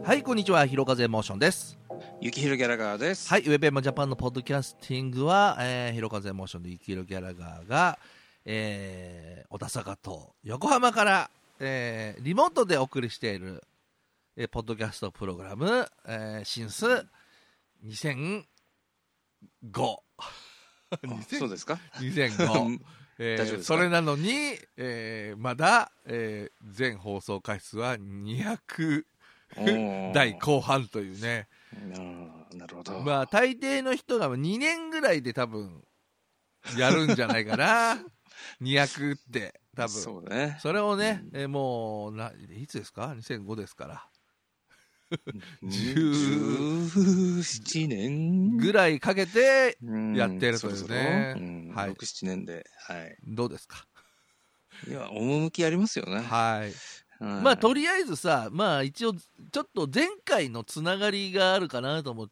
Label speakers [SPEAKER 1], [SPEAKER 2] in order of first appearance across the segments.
[SPEAKER 1] はい、こんにちは。ひろかぜモーションです。
[SPEAKER 2] ゆきひろギャラガーです。
[SPEAKER 1] はい、ウェブエマジャパンのポッドキャスティングは、ひろかぜモーションでゆきひろギャラガーが、小田坂と横浜から、リモートでお送りしている、ポッドキャストプログラム、シンス2005。
[SPEAKER 2] そうですか
[SPEAKER 1] 2005、
[SPEAKER 2] 大丈夫ですか。
[SPEAKER 1] それなのに、まだ、全放送回数は200代後半というね。
[SPEAKER 2] なるほど。
[SPEAKER 1] まあ大抵の人が2年ぐらいで多分やるんじゃないかな200って多分
[SPEAKER 2] そうね。
[SPEAKER 1] それをね、もういつですか2005ですから
[SPEAKER 2] 17年
[SPEAKER 1] ぐらいかけてやってるというね、
[SPEAKER 2] そろそろ
[SPEAKER 1] はい、
[SPEAKER 2] 6、7年で、はい、
[SPEAKER 1] どうですか。
[SPEAKER 2] いや、趣ありますよね。
[SPEAKER 1] はい、まあとりあえずさ、まあ一応ちょっと前回のつながりがあるかなと思って、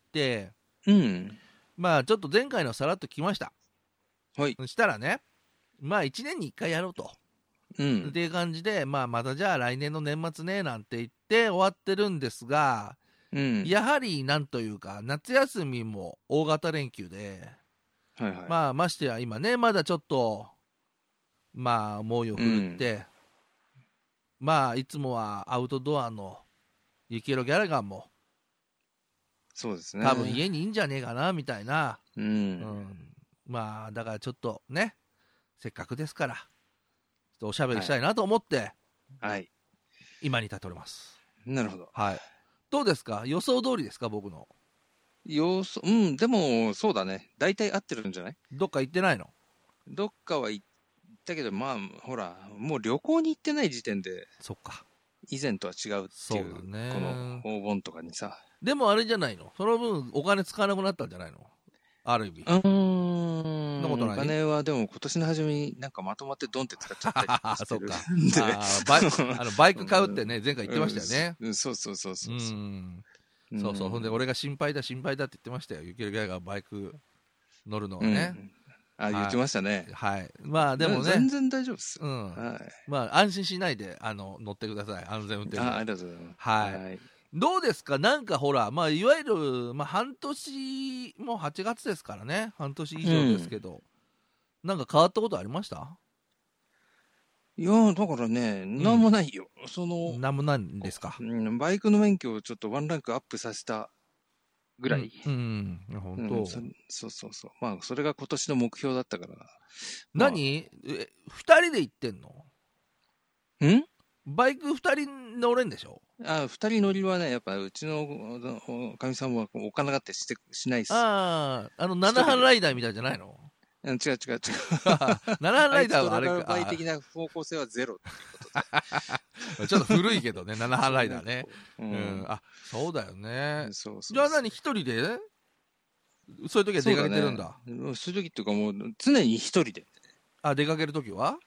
[SPEAKER 1] まあちょっと前回のさらっと聞きました。はい。そしたらね、まあ1年に1回やろうと、っていう感じで、まあまたじゃあ来年の年末ねなんて言って終わってるんですが、やはりなんというか夏休みも大型連休で、まあましてや今ねまだちょっとまあ猛威を振るって、まあいつもはアウトドアのゆきひろギャラガーも
[SPEAKER 2] そうですね、
[SPEAKER 1] 多分家にいいんじゃねえかなみたいな、まあだからちょっとねせっかくですからちょっとおしゃべりしたいなと思って、
[SPEAKER 2] はい、
[SPEAKER 1] 今に至っております。
[SPEAKER 2] なるほど。
[SPEAKER 1] はい。どうですか、予想通りですか、僕の
[SPEAKER 2] 予想。でもそうだね、大体合ってるんじゃない。
[SPEAKER 1] どっか行ってないの。
[SPEAKER 2] どっかは行ったけど、まあほらもう旅行に行ってない時点で、
[SPEAKER 1] そっか、
[SPEAKER 2] 以前とは違うっていう、
[SPEAKER 1] ね、
[SPEAKER 2] このお盆とかにさ。
[SPEAKER 1] でもあれじゃないの、その分お金使わなくなったんじゃないの、ある意味。
[SPEAKER 2] そんなことない。お金はでも今年の初めになんかまとまってドンって使っちゃったりしてるんで
[SPEAKER 1] バイク買うってね前回言ってましたよね。
[SPEAKER 2] そうそうそうそう。
[SPEAKER 1] そうそう、ほんで俺が心配だって言ってましたよ、ゆきひろギャラがバイク乗るのはね。
[SPEAKER 2] 言ってましたね。
[SPEAKER 1] はい。まあでもね、
[SPEAKER 2] 全然大丈夫です。
[SPEAKER 1] まあ安心しないで乗ってください、安全運転で。
[SPEAKER 2] ありがとうございます。
[SPEAKER 1] はい。どうですか、なんかほら、まあいわゆる、まあ半年、もう8月ですからね、半年以上ですけど、なんか変わったことありました？
[SPEAKER 2] いやだからね、なんもないよ。
[SPEAKER 1] なんもないんですか。
[SPEAKER 2] バイクの免許をちょっとワンランクアップさせたぐらい。
[SPEAKER 1] 本当。
[SPEAKER 2] そうそうそう。まあそれが今年の目標だったから。
[SPEAKER 1] 何？2人で行ってんの？バイク2人乗れんでしょ
[SPEAKER 2] ？2人乗りはね、やっぱうちのおかみさんはお金があってしないっす。
[SPEAKER 1] 7班ライダーみたいじゃないの？
[SPEAKER 2] 違う。
[SPEAKER 1] 7班ライダーはあれか。
[SPEAKER 2] 倍的な方向性はゼロっていうことで。
[SPEAKER 1] ちょっと古いけどね、7班ライダーね。あ、そうだよね。じゃあ何、一人でそういう時は出かけてるんだ。
[SPEAKER 2] そういう時っていうかもう常に一人で。
[SPEAKER 1] 出かける時は？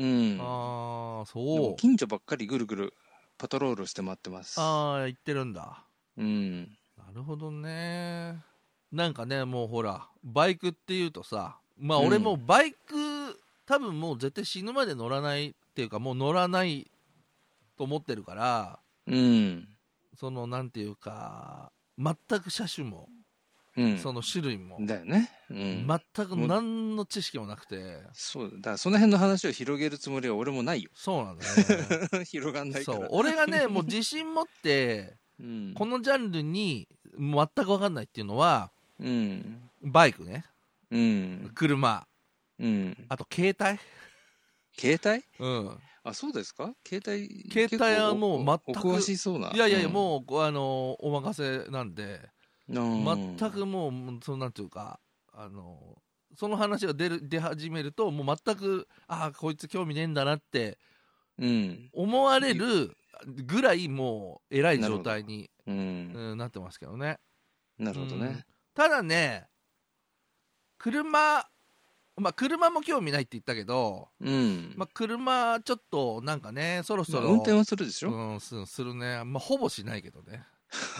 [SPEAKER 1] そう。
[SPEAKER 2] 近所ばっかりぐるぐるパトロールして回ってます。
[SPEAKER 1] 行ってるんだ。なるほどね。なんかね、もうほら、バイクっていうとさ、まあ俺もバイク、多分もう絶対死ぬまで乗らないっていうか、もう乗らないと思ってるから、そのなんていうか、全く車種も、その種類も、
[SPEAKER 2] だよね。
[SPEAKER 1] 全く何の知識もなくて。
[SPEAKER 2] そうだからその辺の話を広げるつもりは俺もないよ。
[SPEAKER 1] そうなんだね。
[SPEAKER 2] 広がんないから。
[SPEAKER 1] そう、俺がね、もう自信持って、このジャンルに全く分かんないっていうのは、バイクね、車、あと携帯。
[SPEAKER 2] あ、そうですか。携
[SPEAKER 1] 帯はもう全く
[SPEAKER 2] お詳しそうな。
[SPEAKER 1] いや、もうお任せなんで、全くもうなんていうかその話が出始めるともう全くこいつ興味ねえんだなって思われるぐらいもう偉い状態になってますけどね。
[SPEAKER 2] なるほどね。
[SPEAKER 1] ただね、車も興味ないって言ったけど、車ちょっとなんかね、そろそろ
[SPEAKER 2] 運転はするでしょ。
[SPEAKER 1] するね。ほぼしないけどね。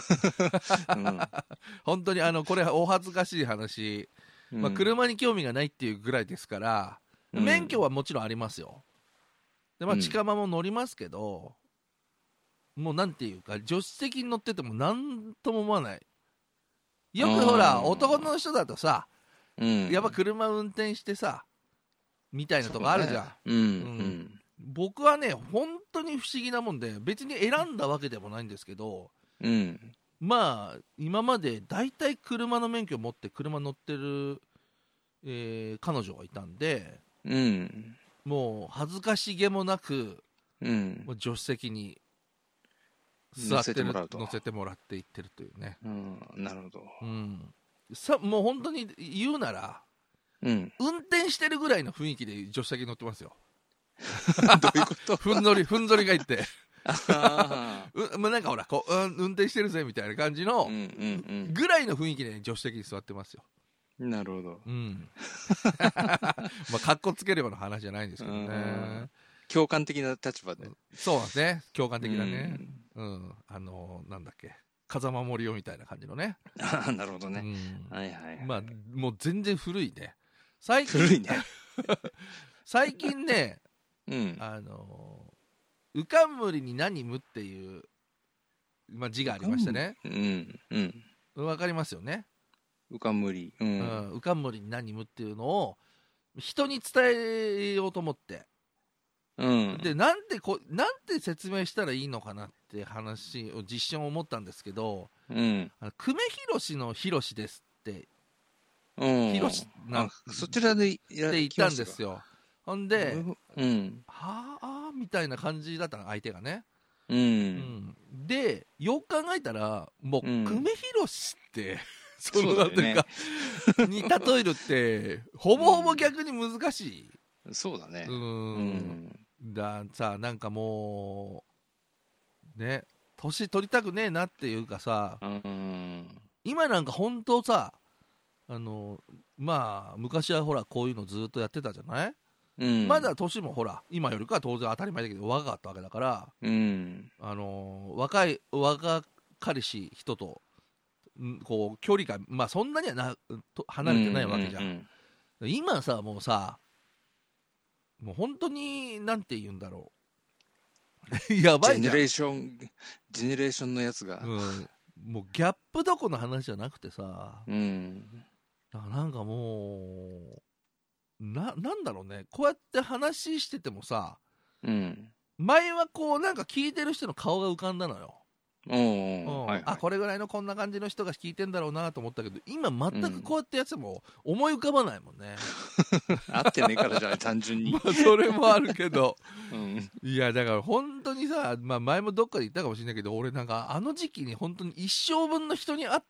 [SPEAKER 1] 本当にこれお恥ずかしい話、車に興味がないっていうぐらいですから、免許はもちろんありますよ。で近場も乗りますけど、 もうなんていうか助手席に乗ってても何とも思わない。よくほら男の人だとさ、やっぱ車運転してさみたいなとこあるじゃん。僕はね本当に不思議なもんで、別に選んだわけでもないんですけど、まあ今までだいたい車の免許を持って車乗ってる、彼女がいたんで、もう恥ずかしげもなく、もう助手席に座ってる、乗せてもらって行ってるというね。
[SPEAKER 2] なるほど。
[SPEAKER 1] もう本当に言うなら、運転してるぐらいの雰囲気で助手席に乗ってますよ。
[SPEAKER 2] どういうこと？
[SPEAKER 1] ふんぞりがいってなんかほらこう、運転してるぜみたいな感じのぐらいの雰囲気で助手席に座ってますよ。
[SPEAKER 2] なるほど。
[SPEAKER 1] まあかっこつければの話じゃないんですけどね。
[SPEAKER 2] 共感的な立場で。
[SPEAKER 1] そうですね、共感的だね。なんだっけ、風間森夫みたいな感じのね。
[SPEAKER 2] なるほどね。
[SPEAKER 1] まあもう全然古いね。
[SPEAKER 2] 古いね。
[SPEAKER 1] 最近ね、うかんむりに何むっていう、字がありましてね。わかりますよね。
[SPEAKER 2] うかんむり。
[SPEAKER 1] うかんむりに何むっていうのを人に伝えようと思って。でなんて説明したらいいのかなって話を実証を思ったんですけど、久米宏の宏ですって宏
[SPEAKER 2] そちらで
[SPEAKER 1] 言ったんですよ。ほんで、はあみたいな感じだったの相手がね。でよく考えたらもう久米宏ってそのなんていうかに例えるってほぼほぼ逆に難しい。
[SPEAKER 2] そうだね。
[SPEAKER 1] さなんかもうね年取りたくねえなっていうかさ、今なんか本当さまあ昔はほらこういうのずっとやってたじゃない。まだ年もほら今よりかは当然当たり前だけど若かったわけだから、若かりし人とこう距離がそんなには離れてないわけじゃん。今さもうさもう本当になんて言うんだろうやばいじゃん。
[SPEAKER 2] ジェネレーションのやつが、
[SPEAKER 1] もうギャップどこの話じゃなくてさ、なんかもうなんだろうね、こうやって話しててもさ、前はこうなんか聞いてる人の顔が浮かんだのよ。これぐらいのこんな感じの人が聞いてんだろうなと思ったけど、今全くこうやってやつも思い浮かばないもんね。
[SPEAKER 2] 合ってねえからじゃない単純に。
[SPEAKER 1] それもあるけど、いやだから本当にさ、前もどっかで言ったかもしれないけど、俺なんかあの時期に本当に一生分の人に会って、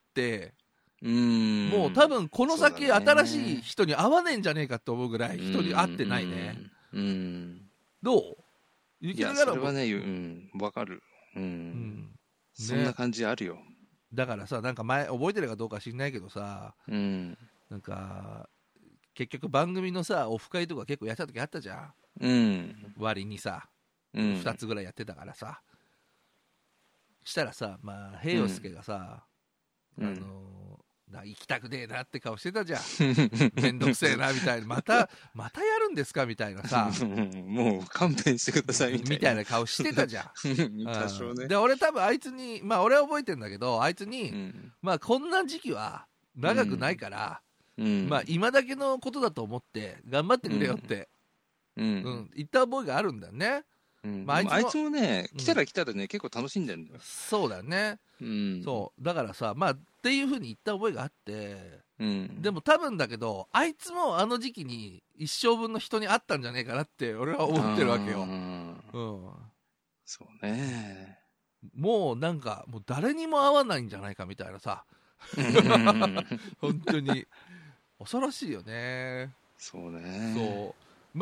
[SPEAKER 1] もう多分この先新しい人に会わねえんじゃねえかって思うぐらい人に会ってないね。どう？
[SPEAKER 2] いやそれはね、わかる。そんな感じあるよ。
[SPEAKER 1] だからさ、なんか前覚えてるかどうか知んないけどさ、なんか結局番組のさオフ会とか結構やった時あったじゃん。割にさ、2つぐらいやってたからさ、したらさ、平洋介がさ、行きたくねえなって顔してたじゃん。めんどくせえなみたいな、またやるんですかみたいなさ
[SPEAKER 2] もう勘弁してくださいみたいな
[SPEAKER 1] 顔してたじゃん。
[SPEAKER 2] 多少ね。
[SPEAKER 1] で俺多分あいつに、俺は覚えてんだけど、あいつに、こんな時期は長くないから、今だけのことだと思って頑張ってくれよって、言った覚えがあるんだよね。
[SPEAKER 2] あいつもね、来たらね、結構楽しんでるんだよ。
[SPEAKER 1] そうだね。そうだからさ、っていう風に言った覚えがあって、でも多分だけどあいつもあの時期に一生分の人に会ったんじゃねえかなって俺は思ってるわけよ。
[SPEAKER 2] そうね。
[SPEAKER 1] もうなんかもう誰にも会わないんじゃないかみたいなさ本当に恐ろしいよね。
[SPEAKER 2] そうね。
[SPEAKER 1] そう、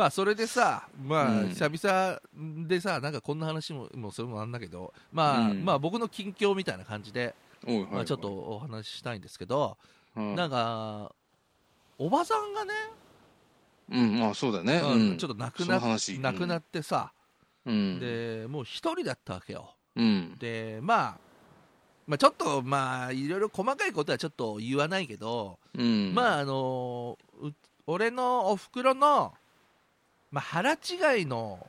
[SPEAKER 1] それでさ、久々でさ、なんかこんな話もそれもなんだけど、僕の近況みたいな感じで、ちょっとお話ししたいんですけど、なんかおばさんがね、
[SPEAKER 2] そうだね、
[SPEAKER 1] ちょっと亡くなってさ、でもう一人だったわけよ。でちょっといろいろ細かいことはちょっと言わないけど、俺のおふくろの腹違いの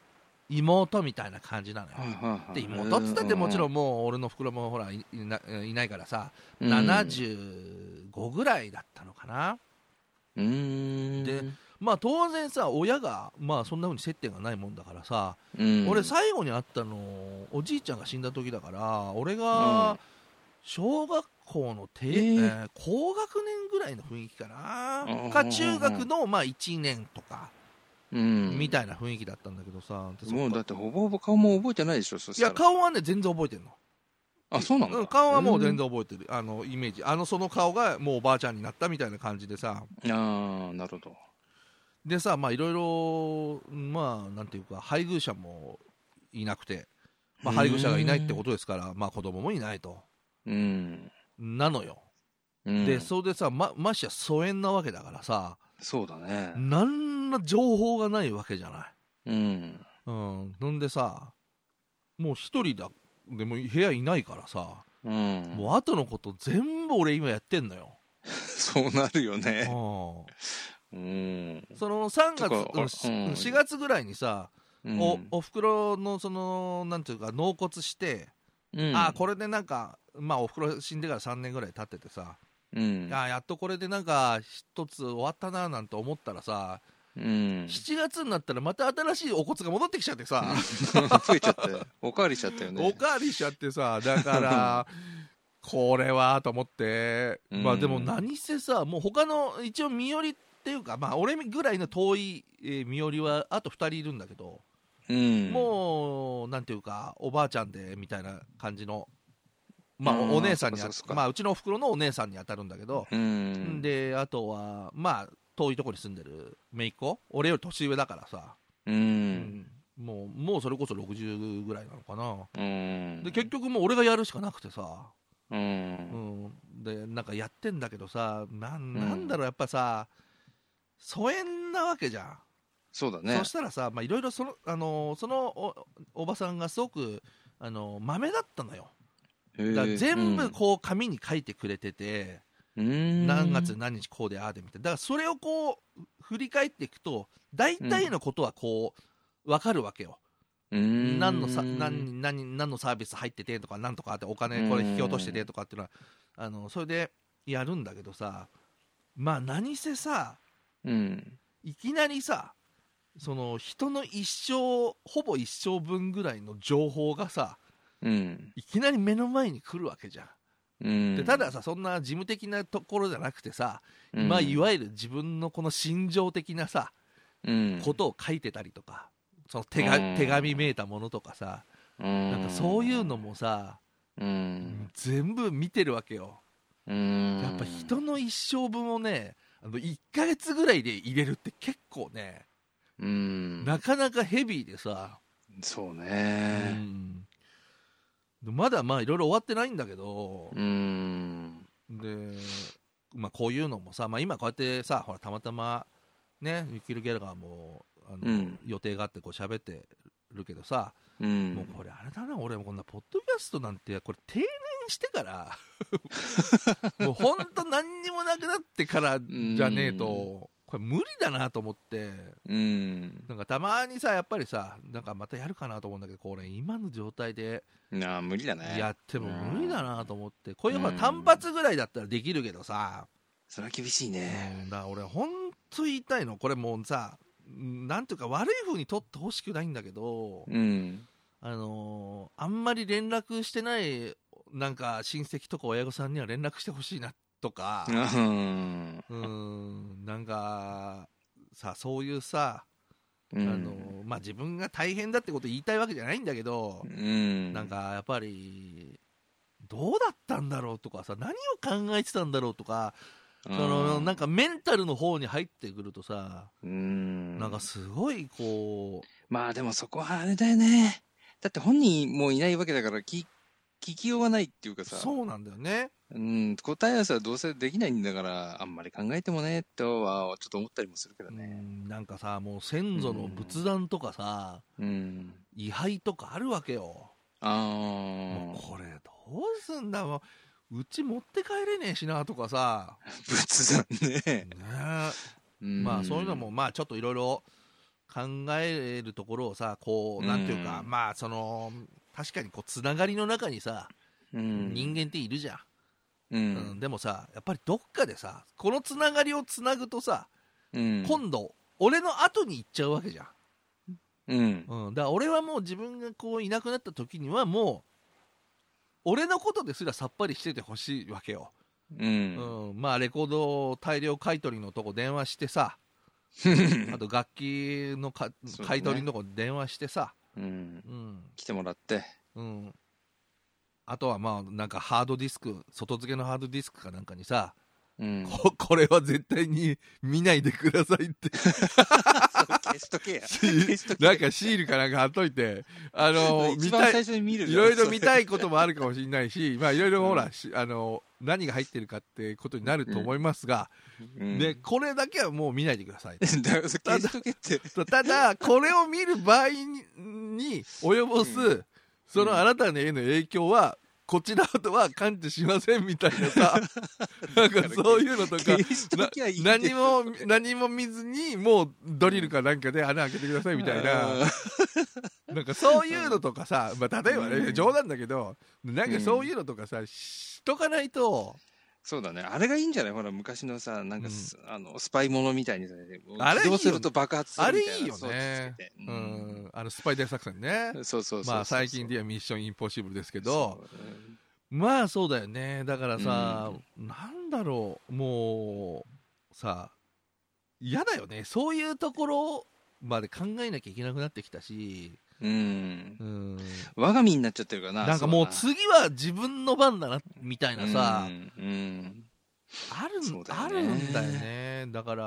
[SPEAKER 1] 妹みたいな感じなのよ。で妹っつったってもちろんもう俺の袋もほらいないからさ、75ぐらいだったのかな。でまあ当然さ親がまあそんな風に接点がないもんだからさ、俺最後に会ったのおじいちゃんが死んだ時だから、俺が小学校の高学年ぐらいの雰囲気かな、か中学のまあ1年とかみたいな雰囲気だったんだけどさ、
[SPEAKER 2] もうだってほぼほぼ顔も覚えてないでしょ。そし
[SPEAKER 1] たらいや顔はね全然覚えてんの。
[SPEAKER 2] あ、そうなんだ。
[SPEAKER 1] 顔はもう全然覚えてる、イメージその顔がもうおばあちゃんになったみたいな感じでさ。
[SPEAKER 2] ああ、なるほど。
[SPEAKER 1] でさ、まあいろいろまあなんていうか配偶者もいなくて、まあ、配偶者がいないってことですから、まあ子供もいないと、なのよ。でそれでさ、ましてや疎遠なわけだからさ。
[SPEAKER 2] そうだね。
[SPEAKER 1] 何の情報がないわけじゃない。なんでさ、もう一人だでも部屋いないからさ、もう後のこと全部俺今やってんのよ。
[SPEAKER 2] そうなるよね。
[SPEAKER 1] その3月、4月ぐらいにさ、おふくろのそのなんていうか納骨して、これでなんかまあおふくろ死んでから3年ぐらい経っててさ、やっとこれでなんか一つ終わったななんて思ったらさ、7月になったらまた新しいお骨が戻ってきちゃってさ
[SPEAKER 2] 増えちゃっておかわりしちゃったよね。
[SPEAKER 1] おかわりしちゃってさ、だからこれはと思って、まあでも何せさ、もう他の一応身寄りっていうか、まあ俺ぐらいの遠い身寄りはあと2人いるんだけど、もうなんていうかおばあちゃんでみたいな感じの、まあお姉さんにまあうちのおふくろのお姉さんに当たるんだけど、であとはまあ遠いところに住んでる姪っ子、俺より年上だからさ、もうそれこそ60ぐらいなのかな。で結局もう俺がやるしかなくてさ、でなんかやってんだけどさ、なんだろう、やっぱさ疎遠なわけじゃん。
[SPEAKER 2] そうだね。
[SPEAKER 1] そしたらさ、まあいろいろそのおばさんがすごくまめだったのよ。だから全部こう紙に書いてくれてて、何月何日こうでああでみたいな。だからそれをこう振り返っていくと大体のことはこう分かるわけよ。何のサービス入っててとか、何とかってお金これ引き落としててとかっていうのはそれでやるんだけどさ、まあ何せさ、いきなりさ、その人の一生ほぼ一生分ぐらいの情報がさ、いきなり目の前に来るわけじゃん。でたださ、そんな事務的なところじゃなくてさ、まあいわゆる自分のこの心情的なさ、ことを書いてたりとか、その手紙めいたものとかさ、なんかそういうのもさ、全部見てるわけよ。やっぱ人の一生分をね、1ヶ月ぐらいで入れるって結構ね、なかなかヘビーでさ。
[SPEAKER 2] そうね。
[SPEAKER 1] まだまあいろいろ終わってないんだけど、で、まあ、こういうのもさ、まあ、今こうやってさ、ほらたまたまねミッキル・ギャラガーも予定があってこう喋ってるけどさ、もうこれあれだな、俺もこんなポッドキャストなんてこれ定年してからもうほんと何にもなくなってからじゃねえとこれ無理だなと思って、なんかたまにさやっぱりさ、なんかまたやるかなと思うんだけど、これ今の状態で
[SPEAKER 2] 無理だね、
[SPEAKER 1] やっても無理だなと思って、こういう単発ぐらいだったらできるけどさ、
[SPEAKER 2] それは厳しいね。
[SPEAKER 1] だから俺ほんと言いたいの、これもうさ、なんていうか悪い風に取ってほしくないんだけど、あんまり連絡してないなんか親戚とか親御さんには連絡してほしいなとか、なんかさ、そういうさ、まあ、自分が大変だってこと言いたいわけじゃないんだけど、なんかやっぱりどうだったんだろうとかさ、何を考えてたんだろうとか、なんかメンタルの方に入ってくるとさ、なんかすごいこ
[SPEAKER 2] う、まあでもそこはあれだよね。だって本人もいないわけだから聞きようがないっていうかさ。
[SPEAKER 1] そうなんだよね。
[SPEAKER 2] 答え合わせはどうせできないんだから、あんまり考えてもねとはちょっと思ったりもするけどね。
[SPEAKER 1] なんかさ、もう先祖の仏壇とかさ、位牌とかあるわけよ。もうこれどうすんだ、もううち持って帰れねえしなとかさ。
[SPEAKER 2] 仏壇ね。
[SPEAKER 1] まあそういうのもまあちょっといろいろ考えるところをさ、こうなんていうか、まあその確かにこうつながりの中にさ、人間っているじゃん、でもさ、やっぱりどっかでさ、このつながりをつなぐとさ、今度俺の後に行っちゃうわけじゃん、だから俺はもう自分がこういなくなった時にはもう俺のことですらさっぱりしててほしいわけよ、まあレコード大量買い取りのとこ電話してさあと楽器の買い取りのとこ電話してさ、
[SPEAKER 2] 来てもらって、
[SPEAKER 1] あとはまあなんかハードディスク、外付けのハードディスクかなんかにさ、これは絶対に見ないでくださいって
[SPEAKER 2] 消しとけや
[SPEAKER 1] なんかシールかなんか貼っといて、
[SPEAKER 2] 一番最初に見る
[SPEAKER 1] いろいろ見たいこともあるかもしれないし、まあいろいろほら、何が入ってるかってことになると思いますが、でこれだけはもう見ないでくださいただこれを見る場合に及ぼすそのあなたへの影響はこちらとは感知しませんみたいなさなんかそういうのとか何も見ずにもうドリルかなんかで穴開けてくださいみたいななんかそういうのとかさ、まあ、例えばね、冗談だけどなんかそういうのとかさ、しとかないと。
[SPEAKER 2] そうだね、あれがいいんじゃない？ほら昔のさ、なんかスパイものみたいにさ、起動すると爆発するみたいな。
[SPEAKER 1] あれいいよね。スパイ大作戦ね。
[SPEAKER 2] そう
[SPEAKER 1] まあ最近ではミッションインポッシブルですけど、まあそうだよね。だからさ、なんだろう、もうさ、嫌だよね。そういうところまで考えなきゃいけなくなってきたし、
[SPEAKER 2] 我が身になっちゃってるかな。
[SPEAKER 1] なんかもう次は自分の番だなみたいなさ、あるんだよね。だから、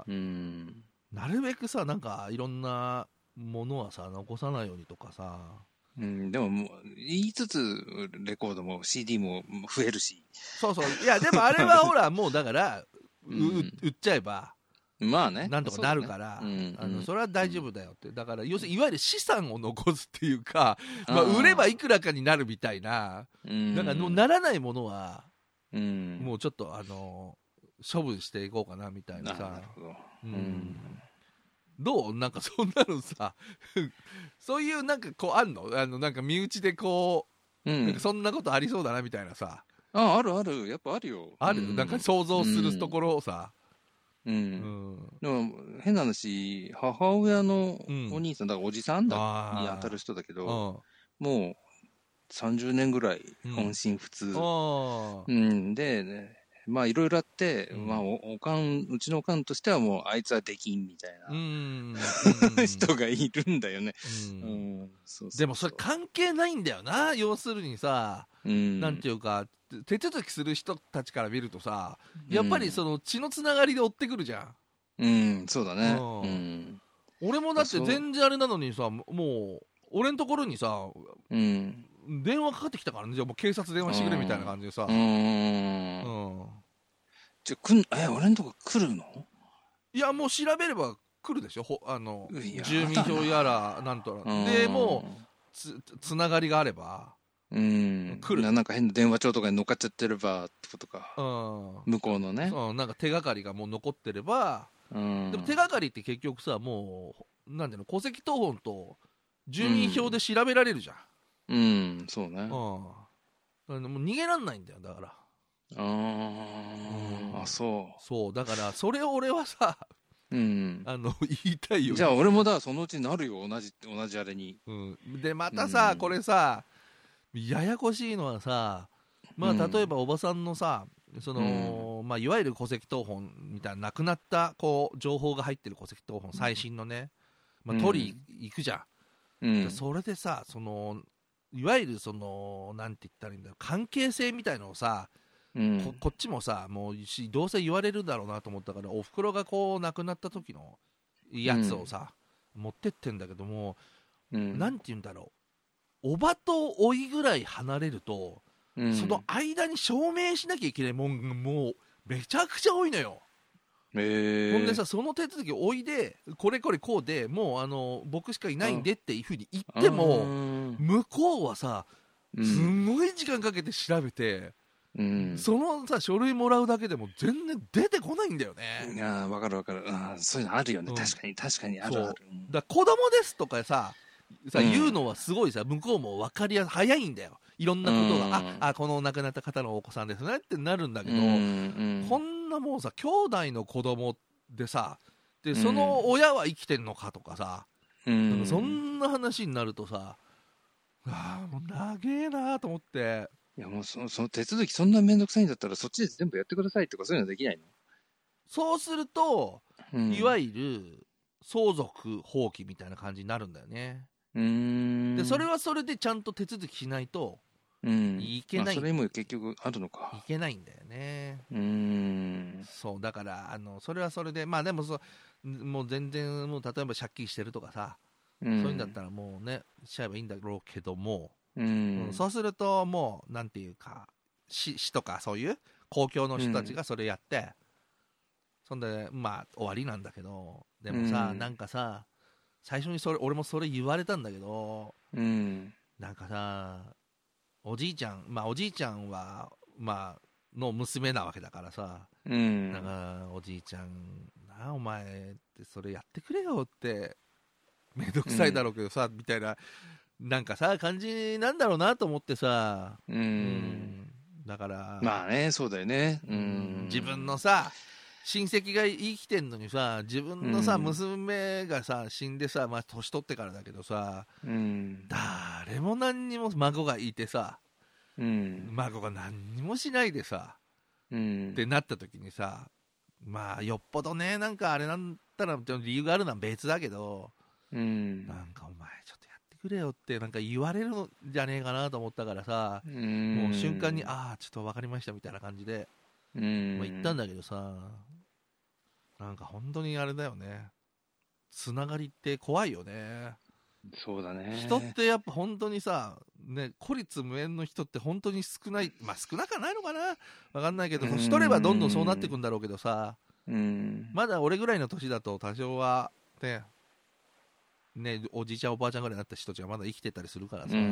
[SPEAKER 1] なるべくさ、なんかいろんなものはさ残さないようにとかさ。
[SPEAKER 2] でももう言いつつレコードも CD も増えるし。
[SPEAKER 1] そうそう。いやでもあれはほらもうだから売っちゃえば。
[SPEAKER 2] まあね、
[SPEAKER 1] なんとかなるから、それは大丈夫だよって、だから要するにいわゆる資産を残すっていうか、まあ、売ればいくらかになるみたいな、だからもうならないものは、もうちょっと処分していこうかなみたいなさ。なるほど。どう？なんかそんなのさそういうなんかこうあんの？なんか身内でこう、なんかそんなことありそうだなみたいなさ。
[SPEAKER 2] あるやっぱあるよ。
[SPEAKER 1] ある？なんか想像するところをさ。
[SPEAKER 2] でも変な話、母親のお兄さん、だからおじさんに当たる人だけど、もう30年ぐらい音信不通、で、ね、まあいろいろあって、まあうちのおかんとしてはもうあいつはできんみたいな人がいるんだよね。
[SPEAKER 1] でもそれ関係ないんだよな。要するにさ、なんていうか手続きする人たちから見るとさ、やっぱりその血のつながりで追ってくるじゃ
[SPEAKER 2] ん。そうだね。
[SPEAKER 1] 俺もだって全然あれなのにさ、もう俺のところにさ、電話かかってきたからね。じゃあもう警察電話してくれみたいな感じでさ。
[SPEAKER 2] じゃあ俺のとこ来るの？
[SPEAKER 1] いやもう調べれば来るでしょ。住民票やらなんとらでもうつながりがあれば。
[SPEAKER 2] 来る。なんか変な電話帳とかに乗っかっちゃってればってことか。向こうのね。
[SPEAKER 1] なんか手がかりがもう残ってれば。でも手がかりって結局さ、もうなんていうの、戸籍謄本と住民票で調べられるじゃん。
[SPEAKER 2] そうね。
[SPEAKER 1] もう逃げらんないんだよだから。そうだからそれを俺はさ。言いたいよ。
[SPEAKER 2] じゃあ俺もそのうちなるよ、同じあれに。
[SPEAKER 1] でまたさ、これさ。ややこしいのはさ、まあ、例えばおばさんのさ、そのまあ、いわゆる戸籍謄本みたいな亡くなったこう情報が入ってる戸籍謄本、最新のね、まあ、取り行くじゃん、それでさ、そのいわゆるそのなんて言ったらいいんだろう、関係性みたいのをさ、こっちもさ、もうどうせ言われるだろうなと思ったから、おふくろがこう亡くなった時のやつをさ、持ってってんだけども、なんて言うんだろう、おばとおいぐらい離れると、その間に証明しなきゃいけないもうめちゃくちゃ多いのよ。ほんでさ、その手続きおいでこれこうでもう僕しかいないんでっていうふうに言っても、向こうはさすんごい時間かけて調べて、 そのさ書類もらうだけでも全然出てこないんだよね。
[SPEAKER 2] いやわかるわかる。そういうのあるよね、確かにあるある。
[SPEAKER 1] だ子供ですとかさ言うのはすごいさ向こうも分かりやすい早いんだよ。いろんなことが、この亡くなった方のお子さんですねってなるんだけど、こんなもんさ兄弟の子供でさでその親は生きてんのかとかさ、そんな話になるとさもう長えなと思って。
[SPEAKER 2] いやもうその手続きそんなめんどくさいんだったらそっちで全部やってくださいとかそういうのできないの？
[SPEAKER 1] そうすると、いわゆる相続放棄みたいな感じになるんだよね。でそれはそれでちゃんと手続きしないといけない、
[SPEAKER 2] それも結局あるのか。
[SPEAKER 1] いけないんだよね。そうだからそれはそれででももう全然もう例えば借金してるとかさ、そういうんだったらもうねしちゃえばいいんだろうけども、そうするともうなんていうか市とかそういう公共の人たちがそれやって、そんで終わりなんだけど、でもさ、なんかさ最初に俺もそれ言われたんだけど、なんかさおじいちゃんはの娘なわけだからさ、なんかおじいちゃんお前ってそれやってくれよってめんどくさいだろうけどさ、みたいななんかさ感じなんだろうなと思ってさ、だから
[SPEAKER 2] そうだよね。
[SPEAKER 1] 自分のさ親戚が生きてんのにさ自分のさ、娘がさ死んでさ年取ってからだけどさ、誰も何にも孫がいてさ、孫が何にもしないでさ、ってなった時にさよっぽどねなんかあれなんだら理由があるのは別だけど、なんかお前ちょっとやってくれよってなんか言われるんじゃねえかなと思ったからさ、もう瞬間にちょっと分かりましたみたいな感じで、言ったんだけどさ、なんか本当にあれだよね、つながりって怖いよね。
[SPEAKER 2] そうだね。
[SPEAKER 1] 人ってやっぱ本当にさ、孤立無縁の人って本当に少ない、少なくないのかな分かんないけど、年取ればどんどんそうなっていくんだろうけどさ、まだ俺ぐらいの年だと多少はねおじいちゃんおばあちゃんぐらいになった人たちがまだ生きてたりするからさ、い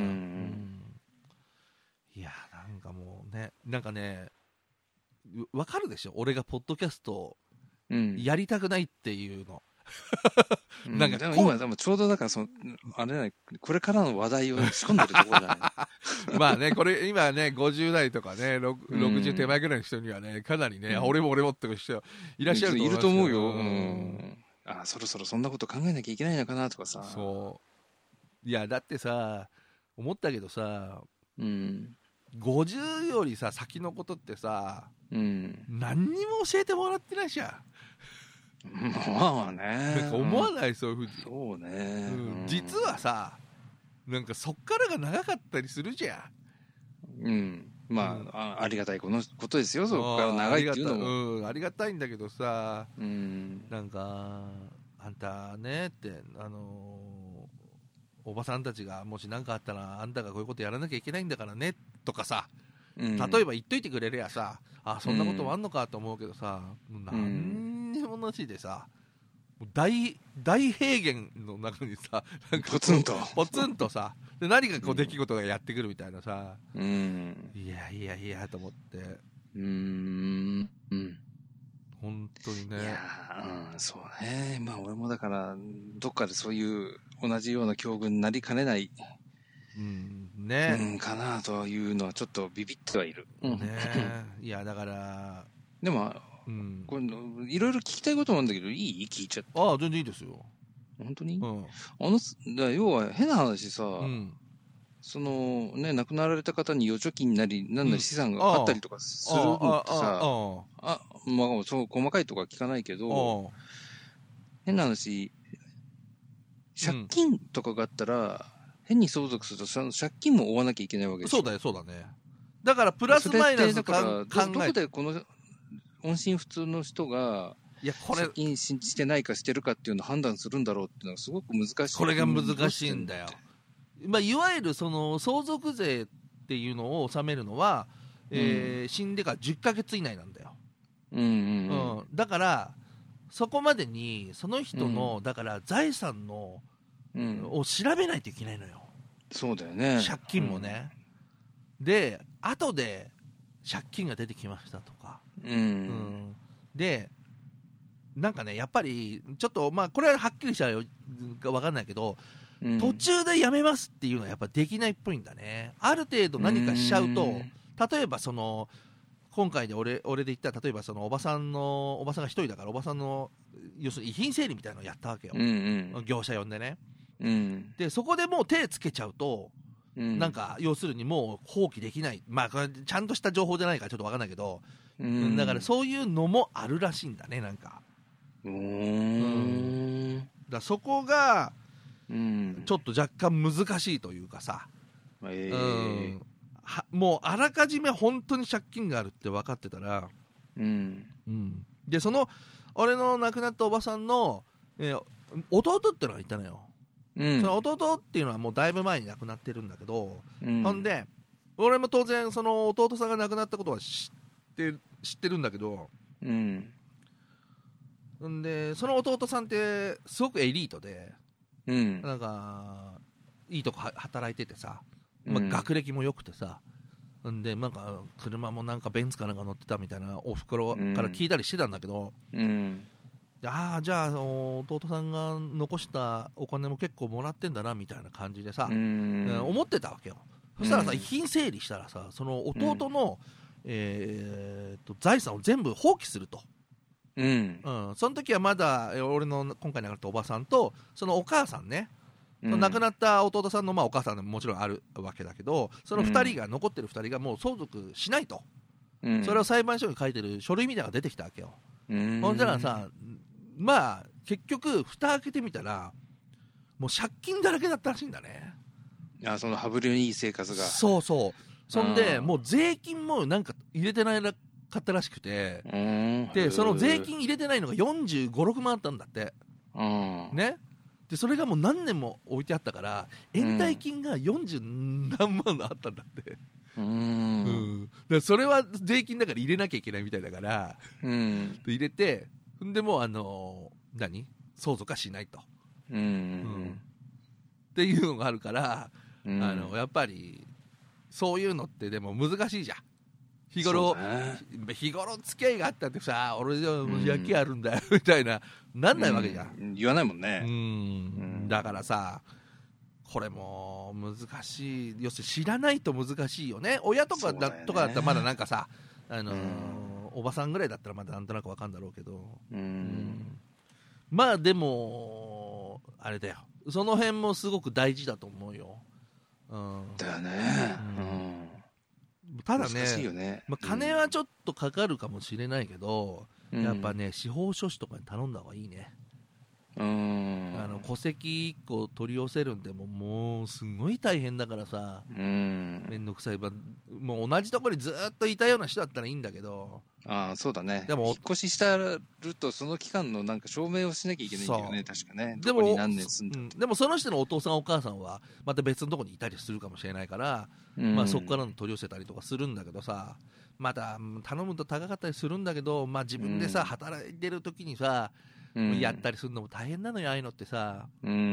[SPEAKER 1] やなんかもうねなんかね分かるでしょ、俺がポッドキャストやりたくないっていうの。
[SPEAKER 2] なんか今でもちょうどだからあれね、これからの話題を仕込んでるところじゃ
[SPEAKER 1] ないこれ今ね50代とかね60手前ぐらいの人にはねかなりね、俺もって人いらっしゃると思
[SPEAKER 2] いると思うよ。そろそろそんなこと考えなきゃいけないのかなとかさ。
[SPEAKER 1] いやだってさ思ったけどさ、50よりさ先のことってさ、何にも教えてもらってないじゃん。なんか思わない？そういうふうに。
[SPEAKER 2] そうね、
[SPEAKER 1] 実はさなんかそっからが長かったりするじゃん。
[SPEAKER 2] ありがたいことですよ、そこから長いっていうのも。
[SPEAKER 1] ありがたいんだけどさ、なんかあんたねっておばさんたちがもし何かあったらあんたがこういうことやらなきゃいけないんだからねとかさ、例えば言っといてくれりゃさ、そんなこともあんのかと思うけどさ、何にもなしでさ、大平原の中にさなんかポツンとさで何か出来事がやってくるみたいなさ、いやと思って、本当にね。
[SPEAKER 2] いやそうね。俺もだからどっかでそういう同じような境遇になりかねないかなというのはちょっとビビってはいる。
[SPEAKER 1] いやだから
[SPEAKER 2] でもこれいろいろ聞きたいこともあるんだけど、いい？聞いちゃって。
[SPEAKER 1] 全然いいですよ。
[SPEAKER 2] 本当に？要は変な話さ、亡くなられた方に預貯金なり何なり資産があったりとかするのってさ、そう細かいとこは聞かないけど、変な話、借金とかがあったら変に相続するとその借金も負わなきゃいけないわけでしょ。
[SPEAKER 1] そうだね。だからプラスマイナス考え
[SPEAKER 2] どこでこの音信不通の人が借金してないかしてるかっていうのを判断するんだろうっていうのはすごく難しい。
[SPEAKER 1] これが難しいんだよ。いわゆるその相続税っていうのを納めるのは、死んでから10ヶ月以内なんだよ。だからそこまでにその人の、だから財産の、を調べないといけないのよ。
[SPEAKER 2] そうだよね。
[SPEAKER 1] 借金もね。で後で借金が出てきましたとか、でなんかねやっぱりちょっとまあこれははっきりしたら分かんないけど、途中でやめますっていうのはやっぱできないっぽいんだね。ある程度何かしちゃうと、例えばその今回で俺で言ったら、例えばそのおばさんが一人だから、おばさんの要するに遺品整理みたいなのをやったわけよ、業者呼んでね、でそこでもう手つけちゃうと、なんか要するにもう放棄できない、まあこれちゃんとした情報じゃないからちょっと分かんないけど、だからそういうのもあるらしいんだね、なんか。だそこがちょっと若干難しいというかさ、もうあらかじめ本当に借金があるって分かってたら、でその俺の亡くなったおばさんの、弟ってのがいたのよ、その弟っていうのはもうだいぶ前に亡くなってるんだけど、ほんで俺も当然その弟さんが亡くなったことは知ってるんだけど、んでその弟さんってすごくエリートで、なんかいいとこ働いててさ、学歴も良くてさ、んでなんか車もなんかベンツかなんか乗ってたみたいなおふくろから聞いたりしてたんだけど、じゃあ弟さんが残したお金も結構もらってんだなみたいな感じでさ、思ってたわけよ。そしたらさ、遺品整理したらさ、その弟の、財産を全部放棄すると、その時はまだ俺の今回亡くなったおばさんとそのお母さんね、亡くなった弟さんのお母さんももちろんあるわけだけど、その2人が、残ってる2人がもう相続しないと、それを裁判所に書いてる書類みたいなのが出てきたわけよ。ほんじゃらさ、まあ結局蓋開けてみたらもう借金だらけだったらしいんだね。
[SPEAKER 2] その羽振りのいい生活が。
[SPEAKER 1] そうそう。そんでもう税金もなんか入れてないかったらしくて、でその税金入れてないのが45、6万あったんだって、ね。でそれがもう何年も置いてあったから延滞金が40何万あったんだって、でそれは税金だから入れなきゃいけないみたいだから、入れて、でも相続はしないと、っていうのがあるから、やっぱりそういうのってでも難しいじゃん。日頃付き合いがあったってさ、俺じゃ借金あるんだよみたいななんないわけじゃん、
[SPEAKER 2] 言わないもんね。
[SPEAKER 1] だからさ、これも難しい。要するに知らないと難しいよね。親とかだったらまだなんかさ、おばさんぐらいだったらまだなんとなくわかるんだろうけど、まあでもあれだよ、その辺もすごく大事だと思うよ。
[SPEAKER 2] だよね。
[SPEAKER 1] ただね、金はちょっとかかるかもしれないけど、やっぱね司法書士とかに頼んだ方がいいね。戸籍1個取り寄せるんでもうすごい大変だからさ、めんどくさい。もう同じところにずっといたような人だったらいいんだけど、
[SPEAKER 2] そうだね。でも引っ越ししたるとその期間のなんか証明をしなきゃいけないんだよね、確かね。どこに何年住んだ
[SPEAKER 1] でもその人のお父さんお母さんはまた別のところにいたりするかもしれないから、そこからの取り寄せたりとかするんだけどさ、また頼むと高かったりするんだけど、自分でさ、働いてる時にさ、やったりするのも大変なのよ、ああいうのってさ。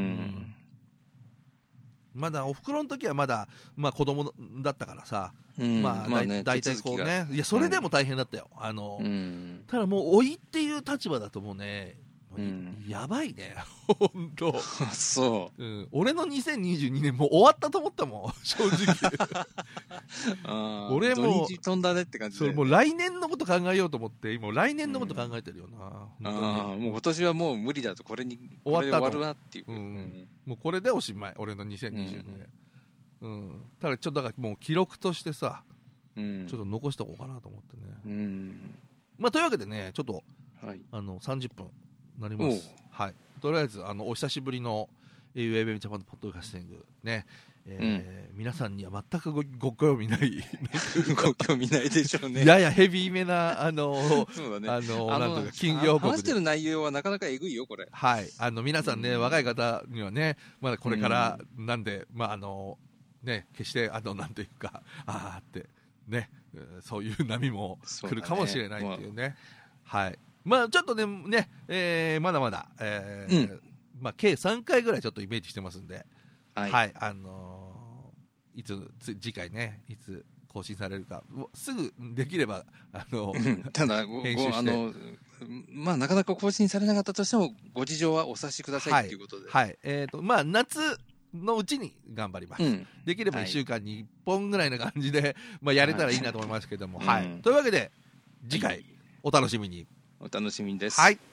[SPEAKER 1] まだおふくろの時はまだ、子供だったからさ、大体こうね、いやそれでも大変だったよ。ただもう老いっていう立場だともうね、やばいね本当。
[SPEAKER 2] そう、
[SPEAKER 1] 俺の2022年もう終わったと思ったもん正直俺も
[SPEAKER 2] う飛んだねって感じで、
[SPEAKER 1] もう来年のこと考えようと思って今来年のこと考えてるよな、
[SPEAKER 2] もう今年はもう無理だと、これで終わるなっていう、
[SPEAKER 1] もうこれでおしまい、俺の2022年、ただちょっとだからもう記録としてさ、ちょっと残しておこうかなと思ってね、というわけでね、ちょっと、30分なります。はい。とりあえずお久しぶりの UABM ジャパンのポッドキャスティングね、皆さんには全くご興味ない
[SPEAKER 2] ご興味ないでしょうね。
[SPEAKER 1] ややヘビーめな
[SPEAKER 2] そうだね、なんとか金魚報告で話してる内容はなかなかえぐいよこれ。
[SPEAKER 1] はい。皆さんね、若い方にはね、まだこれからなんで、ね、決してなんていうかってね、そういう波も来るかもしれないっていうね。はい。ちょっとね、まだまだ、計3回ぐらいちょっとイメージしてますんで、はい、いつ次回ね、いつ更新されるか、すぐできれば
[SPEAKER 2] ただまあなかなか更新されなかったとしてもご事情はお察しくださいということで、
[SPEAKER 1] はい、まあ夏のうちに頑張ります、できれば1週間に1本ぐらいな感じで、まあ、やれたらいいなと思いますけども、はい、というわけで次回お楽しみに。
[SPEAKER 2] お楽しみです。
[SPEAKER 1] はい。